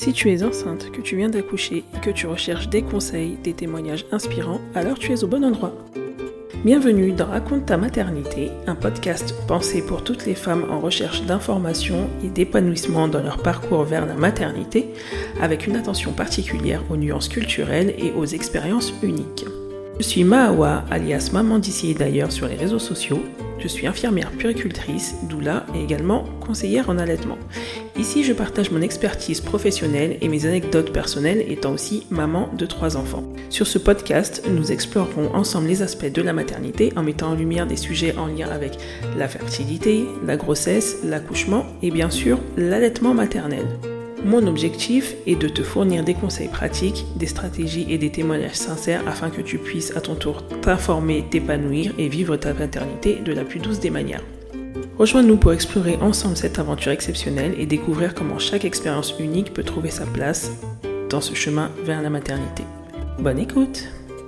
Si tu es enceinte, que tu viens d'accoucher et que tu recherches des conseils, des témoignages inspirants, alors tu es au bon endroit. Bienvenue dans Raconte ta maternité, un podcast pensé pour toutes les femmes en recherche d'informations et d'épanouissement dans leur parcours vers la maternité, avec une attention particulière aux nuances culturelles et aux expériences uniques. Je suis Mahawa, alias Maman d'ici et d'ailleurs sur les réseaux sociaux. Je suis infirmière puéricultrice, doula et également conseillère en allaitement. Ici, je partage mon expertise professionnelle et mes anecdotes personnelles étant aussi maman de 3 enfants. Sur ce podcast, nous explorerons ensemble les aspects de la maternité en mettant en lumière des sujets en lien avec la fertilité, la grossesse, l'accouchement et bien sûr l'allaitement maternel. Mon objectif est de te fournir des conseils pratiques, des stratégies et des témoignages sincères afin que tu puisses à ton tour t'informer, t'épanouir et vivre ta maternité de la plus douce des manières. Rejoins-nous pour explorer ensemble cette aventure exceptionnelle et découvrir comment chaque expérience unique peut trouver sa place dans ce chemin vers la maternité. Bonne écoute!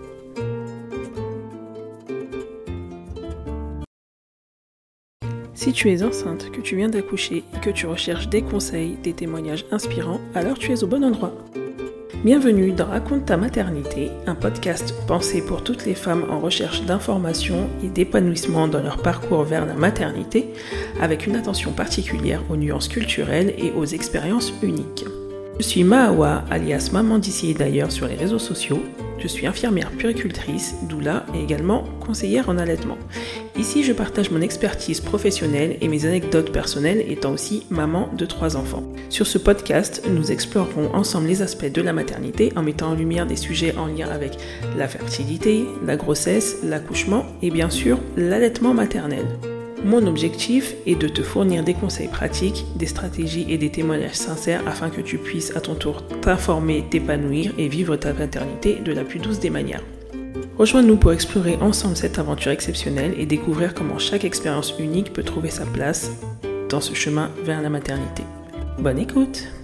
Si tu es enceinte, que tu viens d'accoucher et que tu recherches des conseils, des témoignages inspirants, alors tu es au bon endroit. Bienvenue dans Raconte ta maternité, un podcast pensé pour toutes les femmes en recherche d'informations et d'épanouissement dans leur parcours vers la maternité, avec une attention particulière aux nuances culturelles et aux expériences uniques. Je suis Mahawa, alias Maman d'ici et d'ailleurs sur les réseaux sociaux. Je suis infirmière puéricultrice, doula et également conseillère en allaitement. Ici, je partage mon expertise professionnelle et mes anecdotes personnelles étant aussi maman de 3 enfants. Sur ce podcast, nous explorerons ensemble les aspects de la maternité en mettant en lumière des sujets en lien avec la fertilité, la grossesse, l'accouchement et bien sûr l'allaitement maternel. Mon objectif est de te fournir des conseils pratiques, des stratégies et des témoignages sincères afin que tu puisses à ton tour t'informer, t'épanouir et vivre ta maternité de la plus douce des manières. Rejoins-nous pour explorer ensemble cette aventure exceptionnelle et découvrir comment chaque expérience unique peut trouver sa place dans ce chemin vers la maternité. Bonne écoute!